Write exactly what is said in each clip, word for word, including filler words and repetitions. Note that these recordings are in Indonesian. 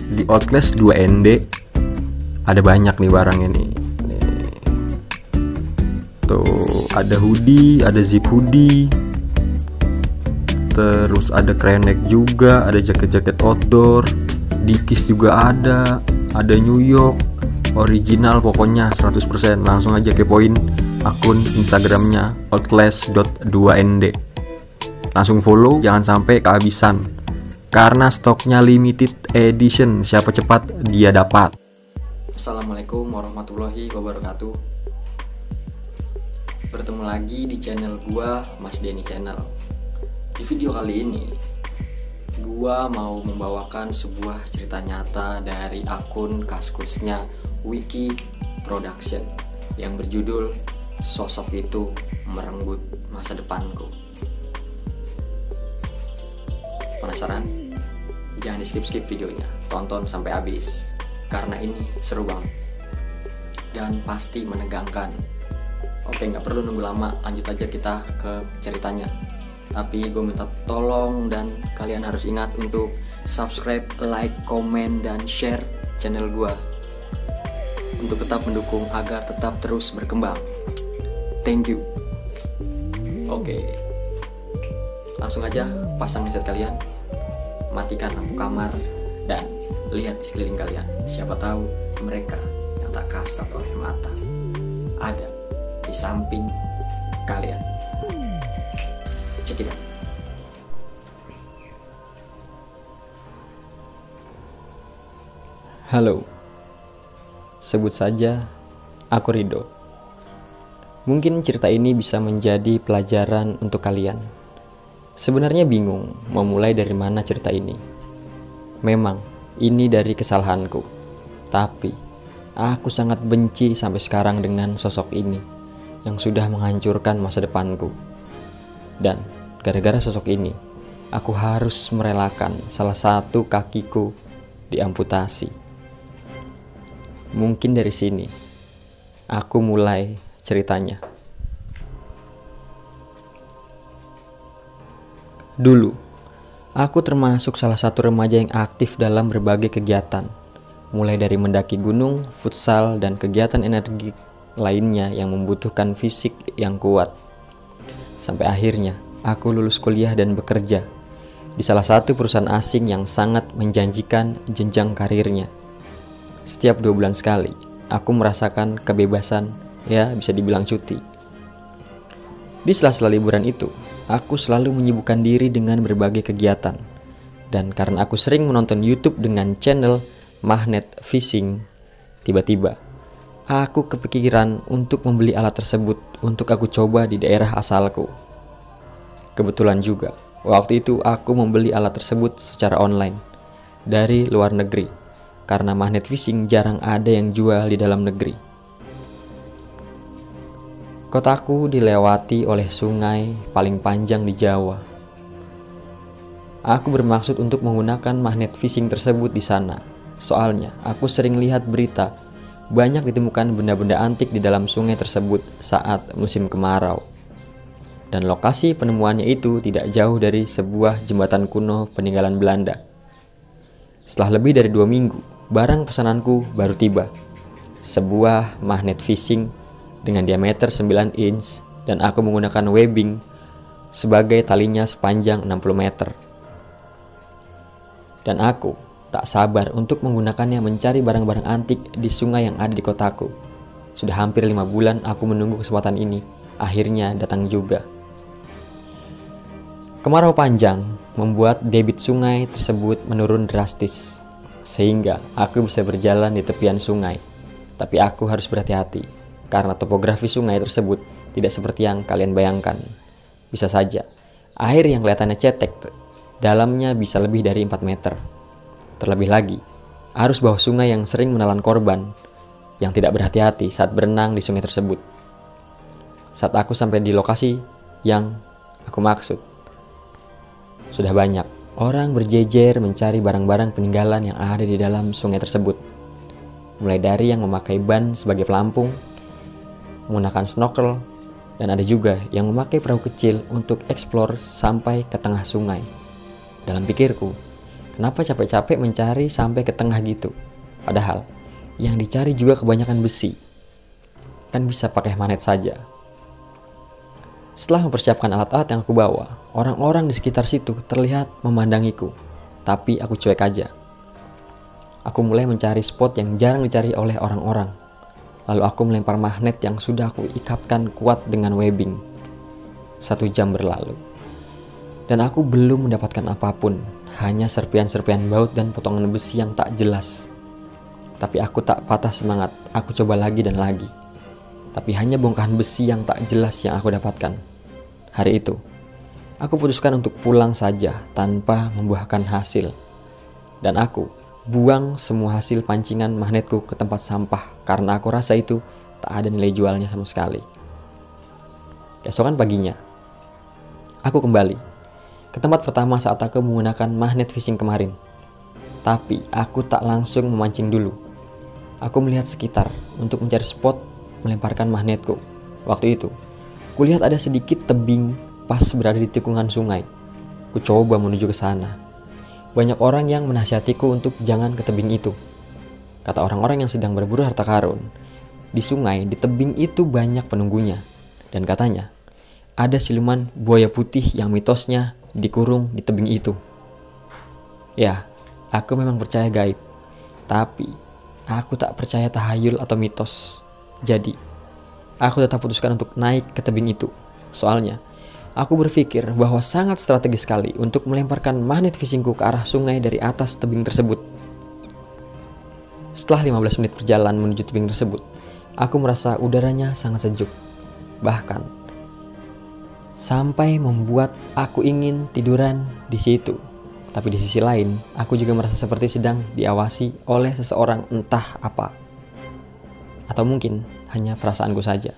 Di Outlet dua N D ada banyak nih barang ini. Tuh, ada hoodie, ada zip hoodie. Terus ada krenek juga, ada jaket-jaket outdoor. Dikis juga ada, ada New York, original pokoknya seratus persen. Langsung aja kepoin akun Instagramnya outlets dot dua N D. Langsung follow, jangan sampai kehabisan. Karena stoknya limited edition, siapa cepat dia dapat. Assalamualaikum warahmatullahi wabarakatuh. Bertemu lagi di channel gua, Mas Denny Channel. Di video kali ini gua mau membawakan sebuah cerita nyata dari akun Kaskusnya Wiki Production yang berjudul Sosok Itu Merenggut Masa Depanku. Penasaran? Jangan di skip-skip videonya, tonton sampai habis karena ini seru banget dan pasti menegangkan. Oke, gak perlu nunggu lama, lanjut aja kita ke ceritanya. Tapi gue minta tolong dan kalian harus ingat untuk subscribe, like, komen, dan share channel gue untuk tetap mendukung agar tetap terus berkembang. Thank you. Oke, langsung aja pasang headset kalian, matikan lampu kamar, dan lihat di sekeliling kalian. Siapa tahu mereka yang tak kasat oleh mata ada di samping kalian. Check it out. Halo, sebut saja aku Rido. Mungkin cerita ini bisa menjadi pelajaran untuk kalian. Sebenarnya bingung memulai dari mana cerita ini. Memang ini dari kesalahanku, tapi aku sangat benci sampai sekarang dengan sosok ini yang sudah menghancurkan masa depanku. Dan gara-gara sosok ini, aku harus merelakan salah satu kakiku diamputasi. Mungkin dari sini aku mulai ceritanya. Dulu, aku termasuk salah satu remaja yang aktif dalam berbagai kegiatan, mulai dari mendaki gunung, futsal, dan kegiatan energi lainnya yang membutuhkan fisik yang kuat. Sampai akhirnya aku lulus kuliah dan bekerja di salah satu perusahaan asing yang sangat menjanjikan jenjang karirnya. Setiap dua bulan sekali aku merasakan kebebasan, ya bisa dibilang cuti. Di sela-sela liburan itu, aku selalu menyibukkan diri dengan berbagai kegiatan. Dan karena aku sering menonton YouTube dengan channel Magnet Fishing, tiba-tiba aku kepikiran untuk membeli alat tersebut untuk aku coba di daerah asalku. Kebetulan juga, waktu itu aku membeli alat tersebut secara online dari luar negeri, karena magnet fishing jarang ada yang jual di dalam negeri. Kotaku dilewati oleh sungai paling panjang di Jawa. Aku bermaksud untuk menggunakan magnet fishing tersebut di sana. Soalnya, aku sering lihat berita banyak ditemukan benda-benda antik di dalam sungai tersebut saat musim kemarau. Dan lokasi penemuannya itu tidak jauh dari sebuah jembatan kuno peninggalan Belanda. Setelah lebih dari dua minggu, barang pesananku baru tiba. Sebuah magnet fishing dengan diameter sembilan inch dan aku menggunakan webbing sebagai talinya sepanjang enam puluh meter. Dan aku tak sabar untuk menggunakannya mencari barang-barang antik di sungai yang ada di kotaku. Sudah hampir lima bulan aku menunggu kesempatan ini. Akhirnya datang juga. Kemarau panjang membuat debit sungai tersebut menurun drastis, sehingga aku bisa berjalan di tepian sungai. Tapi aku harus berhati-hati, karena topografi sungai tersebut tidak seperti yang kalian bayangkan. Bisa saja, air yang kelihatannya cetek, dalamnya bisa lebih dari empat meter. Terlebih lagi, arus bawah sungai yang sering menelan korban yang tidak berhati-hati saat berenang di sungai tersebut. Saat aku sampai di lokasi yang aku maksud, sudah banyak orang berjejer mencari barang-barang peninggalan yang ada di dalam sungai tersebut. Mulai dari yang memakai ban sebagai pelampung, menggunakan snorkel, dan ada juga yang memakai perahu kecil untuk eksplor sampai ke tengah sungai. Dalam pikirku, Kenapa capek-capek mencari sampai ke tengah gitu? Padahal yang dicari juga kebanyakan besi. Kan bisa pakai magnet saja. Setelah mempersiapkan alat-alat yang aku bawa, orang-orang di sekitar situ terlihat memandangiku. Tapi aku cuek aja. Aku mulai mencari spot yang jarang dicari oleh orang-orang. Lalu aku melempar magnet yang sudah aku ikatkan kuat dengan webbing. Satu jam berlalu. Dan aku belum mendapatkan apapun. Hanya serpian-serpian baut dan potongan besi yang tak jelas. Tapi aku tak patah semangat. Aku coba lagi dan lagi. Tapi hanya bongkahan besi yang tak jelas yang aku dapatkan. Hari itu, aku putuskan untuk pulang saja tanpa membuahkan hasil. Dan aku buang semua hasil pancingan magnetku ke tempat sampah karena aku rasa itu tak ada nilai jualnya sama sekali. Keesokan paginya, aku kembali ke tempat pertama saat aku menggunakan magnet fishing kemarin. Tapi aku tak langsung memancing dulu. Aku melihat sekitar untuk mencari spot melemparkan magnetku. Waktu itu, kulihat ada sedikit tebing pas berada di tikungan sungai. Ku coba menuju ke sana. Banyak orang yang menasihatiku untuk jangan ke tebing itu. Kata orang-orang yang sedang berburu harta karun, di sungai di tebing itu banyak penunggunya. Dan katanya, ada siluman buaya putih yang mitosnya dikurung di tebing itu. Ya, aku memang percaya gaib. Tapi, aku tak percaya tahayul atau mitos. Jadi, aku tetap putuskan untuk naik ke tebing itu. Soalnya, aku berpikir bahwa sangat strategis sekali untuk melemparkan magnet fishingku ke arah sungai dari atas tebing tersebut. Setelah lima belas menit berjalan menuju tebing tersebut, aku merasa udaranya sangat sejuk. Bahkan, sampai membuat aku ingin tiduran di situ. Tapi di sisi lain, aku juga merasa seperti sedang diawasi oleh seseorang entah apa. Atau mungkin hanya perasaanku saja.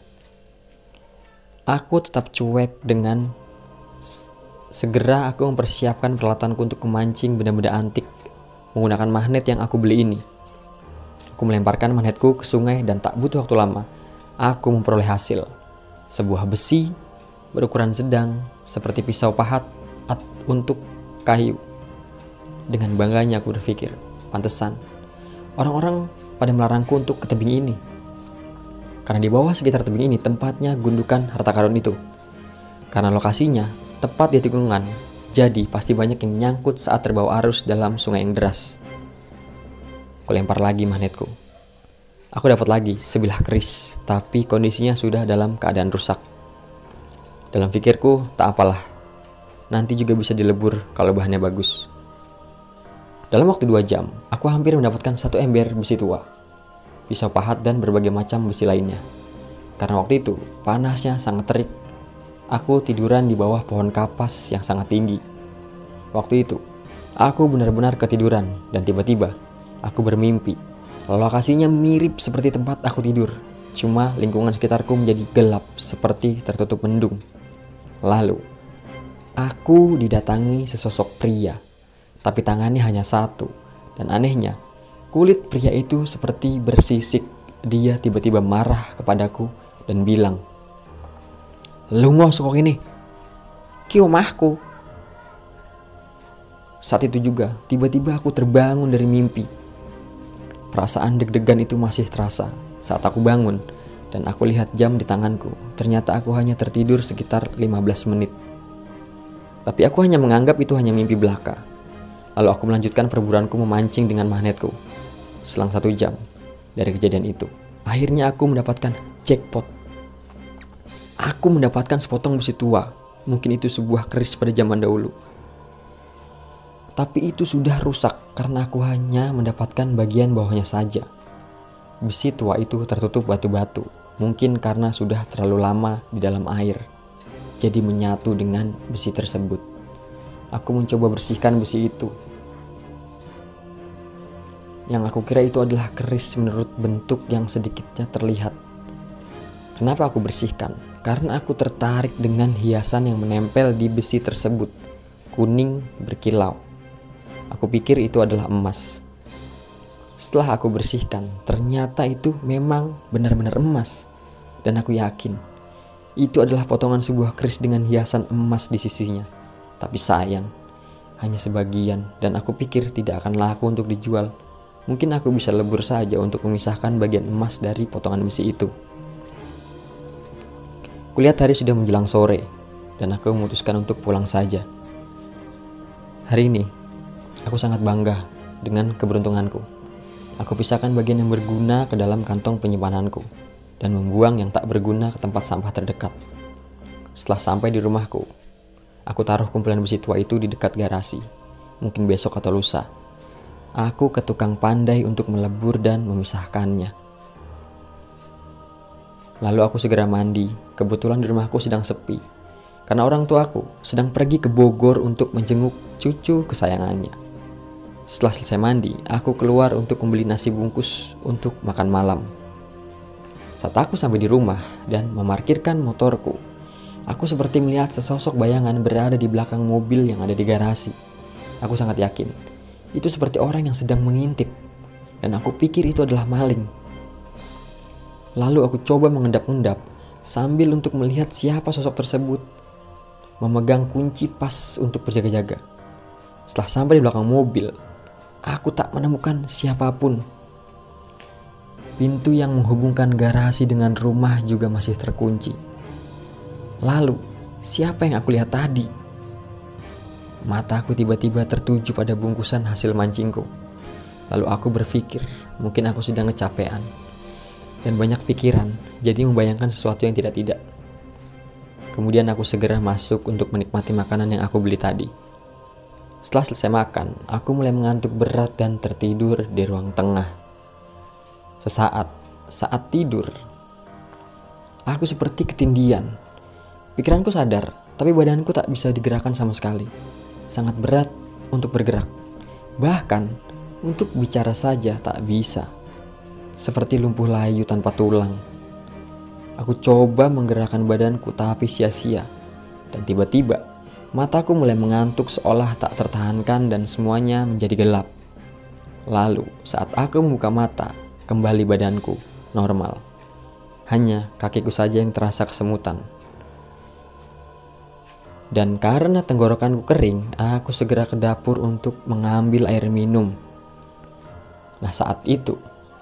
Aku tetap cuek dengan segera aku mempersiapkan peralatanku untuk memancing benda-benda antik menggunakan magnet yang aku beli ini. Aku melemparkan magnetku ke sungai dan tak butuh waktu lama. Aku memperoleh hasil. Sebuah besi berukuran sedang seperti pisau pahat untuk kayu. Dengan bangganya aku berpikir, pantesan orang-orang pada melarangku untuk ke tebing ini. Karena di bawah sekitar tebing ini tempatnya gundukan harta karun itu. Karena lokasinya tepat di tikungan, jadi pasti banyak yang nyangkut saat terbawa arus dalam sungai yang deras. Aku lempar lagi magnetku. Aku dapat lagi sebilah keris, tapi kondisinya sudah dalam keadaan rusak. Dalam pikirku, tak apalah. Nanti juga bisa dilebur kalau bahannya bagus. Dalam waktu dua jam, aku hampir mendapatkan satu ember besi tua, pisau pahat dan berbagai macam besi lainnya. Karena waktu itu, panasnya sangat terik. Aku tiduran di bawah pohon kapas yang sangat tinggi. Waktu itu, aku benar-benar ketiduran dan tiba-tiba, aku bermimpi. Lokasinya mirip seperti tempat aku tidur. Cuma lingkungan sekitarku menjadi gelap seperti tertutup mendung. Lalu, aku didatangi sesosok pria, tapi tangannya hanya satu. Dan anehnya, kulit pria itu seperti bersisik. Dia tiba-tiba marah kepadaku dan bilang, "Lu ngosok ini, ki omahku." Saat itu juga, tiba-tiba aku terbangun dari mimpi. Perasaan deg-degan itu masih terasa saat aku bangun. Dan aku lihat jam di tanganku. Ternyata aku hanya tertidur sekitar lima belas menit. Tapi aku hanya menganggap itu hanya mimpi belaka. Lalu aku melanjutkan perburuanku memancing dengan magnetku. Selang satu jam dari kejadian itu, akhirnya aku mendapatkan jackpot. Aku mendapatkan sepotong besi tua. Mungkin itu sebuah keris pada zaman dahulu. Tapi itu sudah rusak karena aku hanya mendapatkan bagian bawahnya saja. Besi tua itu tertutup batu-batu. Mungkin karena sudah terlalu lama di dalam air, jadi menyatu dengan besi tersebut. Aku mencoba bersihkan besi itu. Yang aku kira itu adalah keris menurut bentuk yang sedikitnya terlihat. Kenapa aku bersihkan? Karena aku tertarik dengan hiasan yang menempel di besi tersebut. Kuning berkilau. Aku pikir itu adalah emas. Setelah aku bersihkan, ternyata itu memang benar-benar emas. Dan aku yakin, itu adalah potongan sebuah keris dengan hiasan emas di sisinya. Tapi sayang, hanya sebagian, dan aku pikir tidak akan laku untuk dijual. Mungkin aku bisa lebur saja untuk memisahkan bagian emas dari potongan besi itu. Kulihat hari sudah menjelang sore, dan aku memutuskan untuk pulang saja. Hari ini, aku sangat bangga dengan keberuntunganku. Aku pisahkan bagian yang berguna ke dalam kantong penyimpananku, dan membuang yang tak berguna ke tempat sampah terdekat. Setelah sampai di rumahku, aku taruh kumpulan besi tua itu di dekat garasi, mungkin besok atau lusa. Aku ke tukang pandai untuk melebur dan memisahkannya. Lalu aku segera mandi. Kebetulan di rumahku sedang sepi, karena orang tuaku sedang pergi ke Bogor untuk menjenguk cucu kesayangannya. Setelah selesai mandi, aku keluar untuk membeli nasi bungkus untuk makan malam. Saat aku sampai di rumah dan memarkirkan motorku, aku seperti melihat sesosok bayangan berada di belakang mobil yang ada di garasi. Aku sangat yakin, itu seperti orang yang sedang mengintip, dan aku pikir itu adalah maling. Lalu aku coba mengendap-endap sambil untuk melihat siapa sosok tersebut memegang kunci pas untuk berjaga-jaga. Setelah sampai di belakang mobil, aku tak menemukan siapapun. Pintu yang menghubungkan garasi dengan rumah juga masih terkunci. Lalu, siapa yang aku lihat tadi? Mataku tiba-tiba tertuju pada bungkusan hasil mancingku. Lalu aku berpikir, mungkin aku sedang kecapean dan banyak pikiran, jadi membayangkan sesuatu yang tidak-tidak. Kemudian aku segera masuk untuk menikmati makanan yang aku beli tadi. Setelah selesai makan, aku mulai mengantuk berat dan tertidur di ruang tengah. Sesaat, saat tidur, aku seperti ketindian. Pikiranku sadar, tapi badanku tak bisa digerakkan sama sekali. Sangat berat untuk bergerak. Bahkan, untuk bicara saja tak bisa. Seperti lumpuh layu tanpa tulang. Aku coba menggerakkan badanku tapi sia-sia. Dan tiba-tiba, mataku mulai mengantuk seolah tak tertahankan dan semuanya menjadi gelap. Lalu, saat aku membuka mata, kembali badanku normal. Hanya kakiku saja yang terasa kesemutan. Dan karena tenggorokanku kering, aku segera ke dapur untuk mengambil air minum. Nah, saat itu,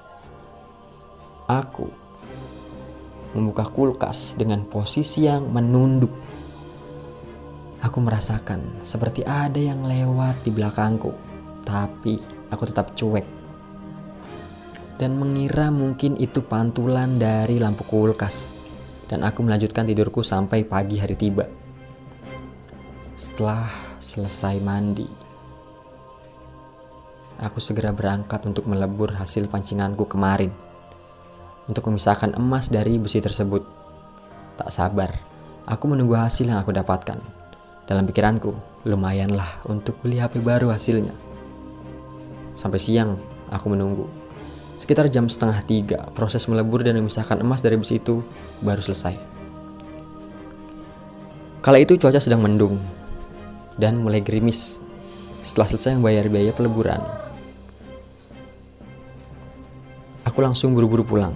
aku membuka kulkas dengan posisi yang menunduk. Aku merasakan seperti ada yang lewat di belakangku, tapi aku tetap cuek. Dan mengira mungkin itu pantulan dari lampu kulkas. Dan aku melanjutkan tidurku sampai pagi hari tiba. Setelah selesai mandi, aku segera berangkat untuk melebur hasil pancinganku kemarin, untuk memisahkan emas dari besi tersebut. Tak sabar, aku menunggu hasil yang aku dapatkan. Dalam pikiranku, lumayanlah untuk beli H P baru hasilnya. Sampai siang, aku menunggu. Sekitar jam setengah tiga, proses melebur dan memisahkan emas dari besi itu baru selesai. Kala itu cuaca sedang mendung dan mulai gerimis. Setelah selesai membayar biaya peleburan, aku langsung buru-buru pulang.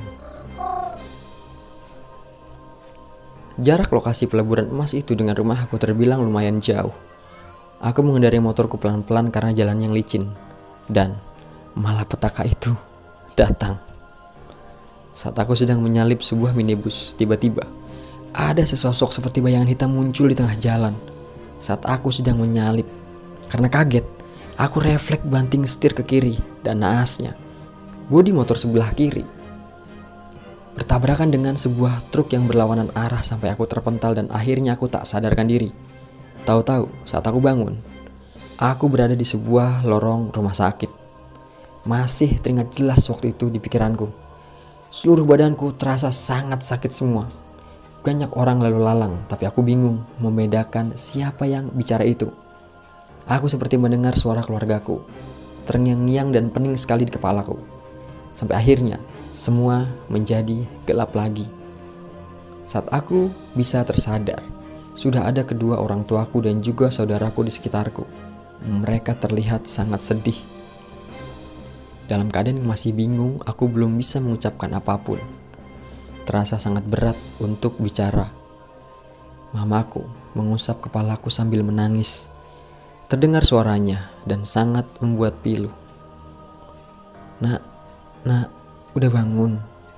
Jarak lokasi peleburan emas itu dengan rumah aku terbilang lumayan jauh. Aku mengendarai motorku pelan-pelan karena jalan yang licin. Dan malapetaka itu datang. Saat aku sedang menyalip sebuah minibus, tiba-tiba ada sesosok seperti bayangan hitam muncul di tengah jalan. Saat aku sedang menyalip, karena kaget, aku refleks banting setir ke kiri dan naasnya, bodi motor sebelah kiri bertabrakan dengan sebuah truk yang berlawanan arah sampai aku terpental dan akhirnya aku tak sadarkan diri. Tahu-tahu saat aku bangun, aku berada di sebuah lorong rumah sakit. Masih teringat jelas waktu itu di pikiranku. Seluruh badanku terasa sangat sakit semua. Banyak orang lalu lalang, tapi aku bingung membedakan siapa yang bicara itu. Aku seperti mendengar suara keluargaku, terngiang-ngiang dan pening sekali di kepalaku. Sampai akhirnya, semua menjadi gelap lagi. Saat aku bisa tersadar, sudah ada kedua orang tuaku dan juga saudaraku di sekitarku. Mereka terlihat sangat sedih. Dalam keadaan yang masih bingung, aku belum bisa mengucapkan apapun. Terasa sangat berat untuk bicara. Mamaku mengusap kepalaku sambil menangis. Terdengar suaranya dan sangat membuat pilu. Nak, nak, udah bangun.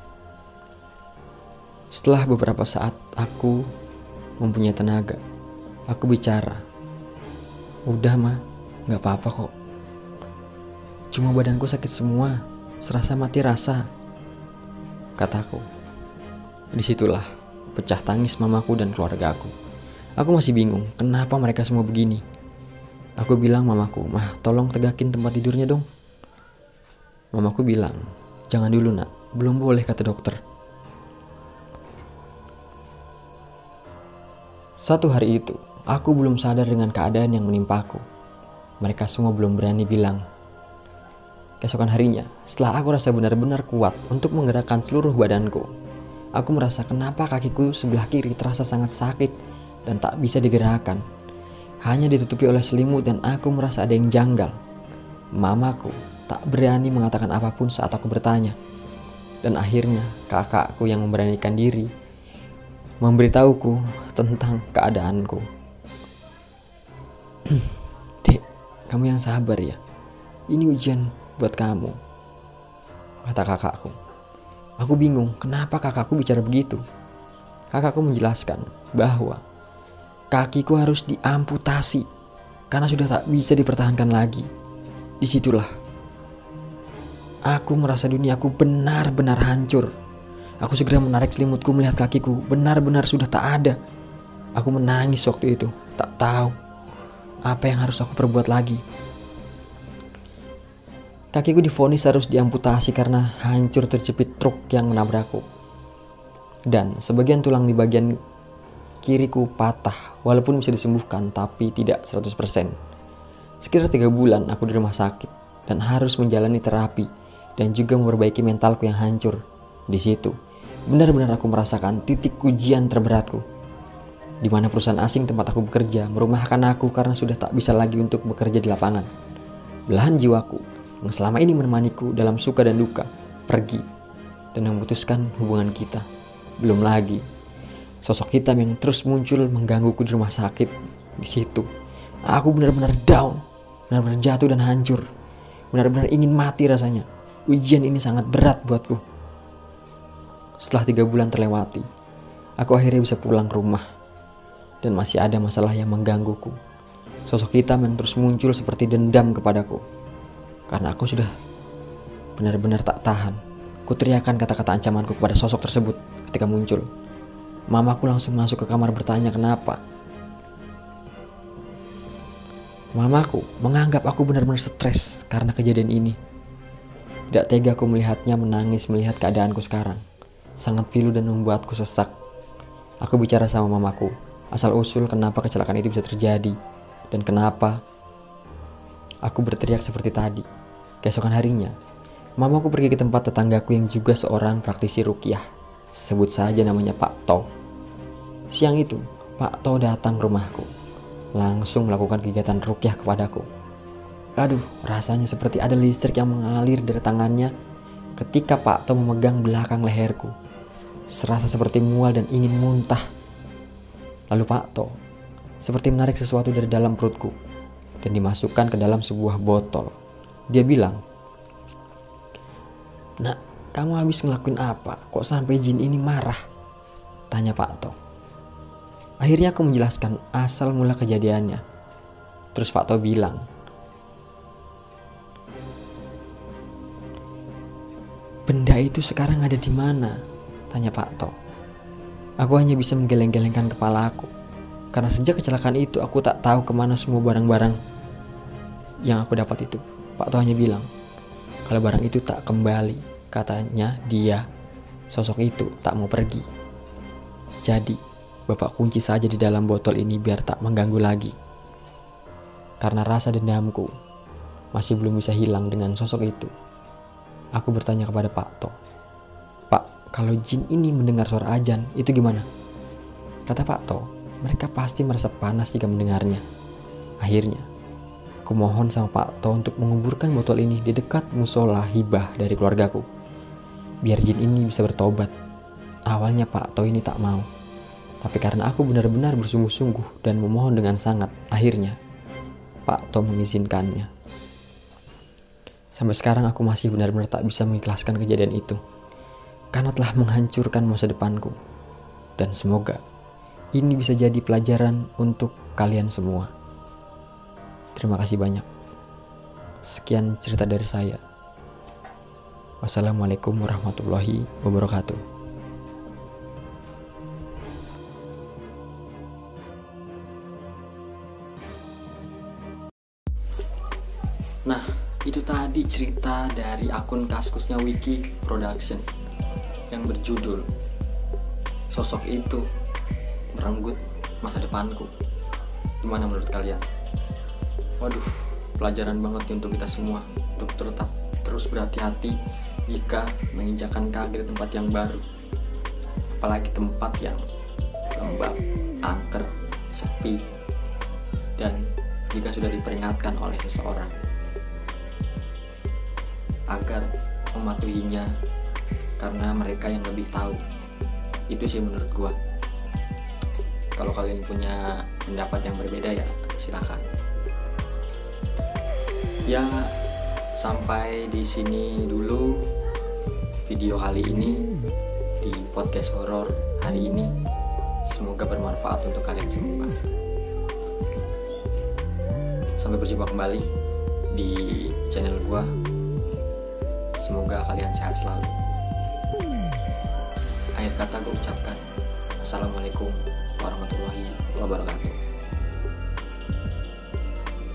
Setelah beberapa saat aku mempunyai tenaga, aku bicara. Udah ma, gak apa-apa kok. Cuma badanku sakit semua, serasa mati rasa, kataku. Disitulah pecah tangis mamaku dan keluarga aku. Aku masih bingung kenapa mereka semua begini. Aku bilang mamaku, mah tolong tegakin tempat tidurnya dong. Mamaku bilang, jangan dulu nak, belum boleh kata dokter. Satu hari itu, aku belum sadar dengan keadaan yang menimpaku. Mereka semua belum berani bilang. Keesokan harinya, setelah aku rasa benar-benar kuat untuk menggerakkan seluruh badanku, aku merasa kenapa kakiku sebelah kiri terasa sangat sakit dan tak bisa digerakkan. Hanya ditutupi oleh selimut dan aku merasa ada yang janggal. Mamaku tak berani mengatakan apapun saat aku bertanya. Dan akhirnya kakakku yang memberanikan diri memberitahuku tentang keadaanku. Dek, kamu yang sabar ya. Ini ujian buat kamu, kata kakakku. Aku bingung kenapa kakakku bicara begitu. Kakakku menjelaskan bahwa kakiku harus diamputasi karena sudah tak bisa dipertahankan lagi. Disitulah aku merasa duniaku benar-benar hancur. Aku segera menarik selimutku melihat kakiku benar-benar sudah tak ada. Aku menangis waktu itu, tak tahu apa yang harus aku perbuat lagi. Kakiku divonis harus diamputasi karena hancur terjepit truk yang menabrakku. Dan sebagian tulang di bagian kiriku patah, walaupun bisa disembuhkan tapi tidak seratus persen. Sekitar tiga bulan aku di rumah sakit dan harus menjalani terapi dan juga memperbaiki mentalku yang hancur. Di situ, benar-benar aku merasakan titik ujian terberatku, di mana perusahaan asing tempat aku bekerja merumahkan aku karena sudah tak bisa lagi untuk bekerja di lapangan. Belahan jiwaku yang selama ini menemaniku dalam suka dan duka pergi dan memutuskan hubungan kita. Belum lagi sosok hitam yang terus muncul menggangguku di rumah sakit. Di situ, aku benar-benar down, benar-benar jatuh dan hancur, benar-benar ingin mati rasanya. Ujian ini sangat berat buatku. Setelah tiga bulan terlewati, aku akhirnya bisa pulang ke rumah. Dan masih ada masalah yang menggangguku. Sosok hitam yang terus muncul seperti dendam kepadaku. Karena aku sudah benar-benar tak tahan. Kuteriakan kata-kata ancamanku kepada sosok tersebut ketika muncul. Mamaku langsung masuk ke kamar bertanya kenapa. Mamaku menganggap aku benar-benar stres karena kejadian ini. Tidak tega aku melihatnya menangis melihat keadaanku sekarang. Sangat pilu dan membuatku sesak. Aku bicara sama mamaku, asal usul kenapa kecelakaan itu bisa terjadi dan kenapa aku berteriak seperti tadi. Keesokan harinya, mamaku pergi ke tempat tetanggaku yang juga seorang praktisi ruqyah. Sebut saja namanya Pak To. Siang itu, Pak To datang ke rumahku, langsung melakukan kegiatan ruqyah kepadaku. Aduh, rasanya seperti ada listrik yang mengalir dari tangannya ketika Pak To memegang belakang leherku. Serasa seperti mual dan ingin muntah. Lalu Pak To seperti menarik sesuatu dari dalam perutku dan dimasukkan ke dalam sebuah botol. Dia bilang, "Nak, kamu habis ngelakuin apa? Kok sampai jin ini marah?" Tanya Pak To. Akhirnya aku menjelaskan asal mula kejadiannya. Terus Pak To bilang, "Benda itu sekarang ada di mana?" Tanya Pak To. Aku hanya bisa menggeleng-gelengkan kepala aku. Karena sejak kecelakaan itu aku tak tahu kemana semua barang-barang yang aku dapat itu. Pak To hanya bilang, kalau barang itu tak kembali, katanya dia, sosok itu tak mau pergi. Jadi, Bapak kunci saja di dalam botol ini biar tak mengganggu lagi. Karena rasa dendamku masih belum bisa hilang dengan sosok itu. Aku bertanya kepada Pak To, "Pak, kalau jin ini mendengar suara azan, itu gimana?" Kata Pak To, mereka pasti merasa panas jika mendengarnya. Akhirnya, aku mohon sama Pak To untuk menguburkan botol ini di dekat musola hibah dari keluargaku. Biar jin ini bisa bertobat. Awalnya Pak To ini tak mau. Tapi karena aku benar-benar bersungguh-sungguh dan memohon dengan sangat, akhirnya Pak Tom mengizinkannya. Sampai sekarang aku masih benar-benar tak bisa mengikhlaskan kejadian itu, karena telah menghancurkan masa depanku. Dan semoga ini bisa jadi pelajaran untuk kalian semua. Terima kasih banyak. Sekian cerita dari saya. Wassalamualaikum warahmatullahi wabarakatuh. Nah, itu tadi cerita dari akun Kaskusnya Wiki Production yang berjudul Sosok Itu Merenggut Masa Depanku. Gimana menurut kalian? Waduh, pelajaran banget nih untuk kita semua, untuk tetap terus berhati-hati jika menginjakan kaki di tempat yang baru, apalagi tempat yang lembab, angker, sepi, dan jika sudah diperingatkan oleh seseorang agar mematuhinya karena mereka yang lebih tahu. Itu sih menurut gua. Kalau kalian punya pendapat yang berbeda ya silakan. Ya, sampai di sini dulu video kali ini di podcast horor hari ini. Semoga bermanfaat untuk kalian semua. Sampai berjumpa kembali di channel gua. Semoga kalian sehat selalu. Akhir kata gue ucapkan Assalamualaikum warahmatullahi wabarakatuh.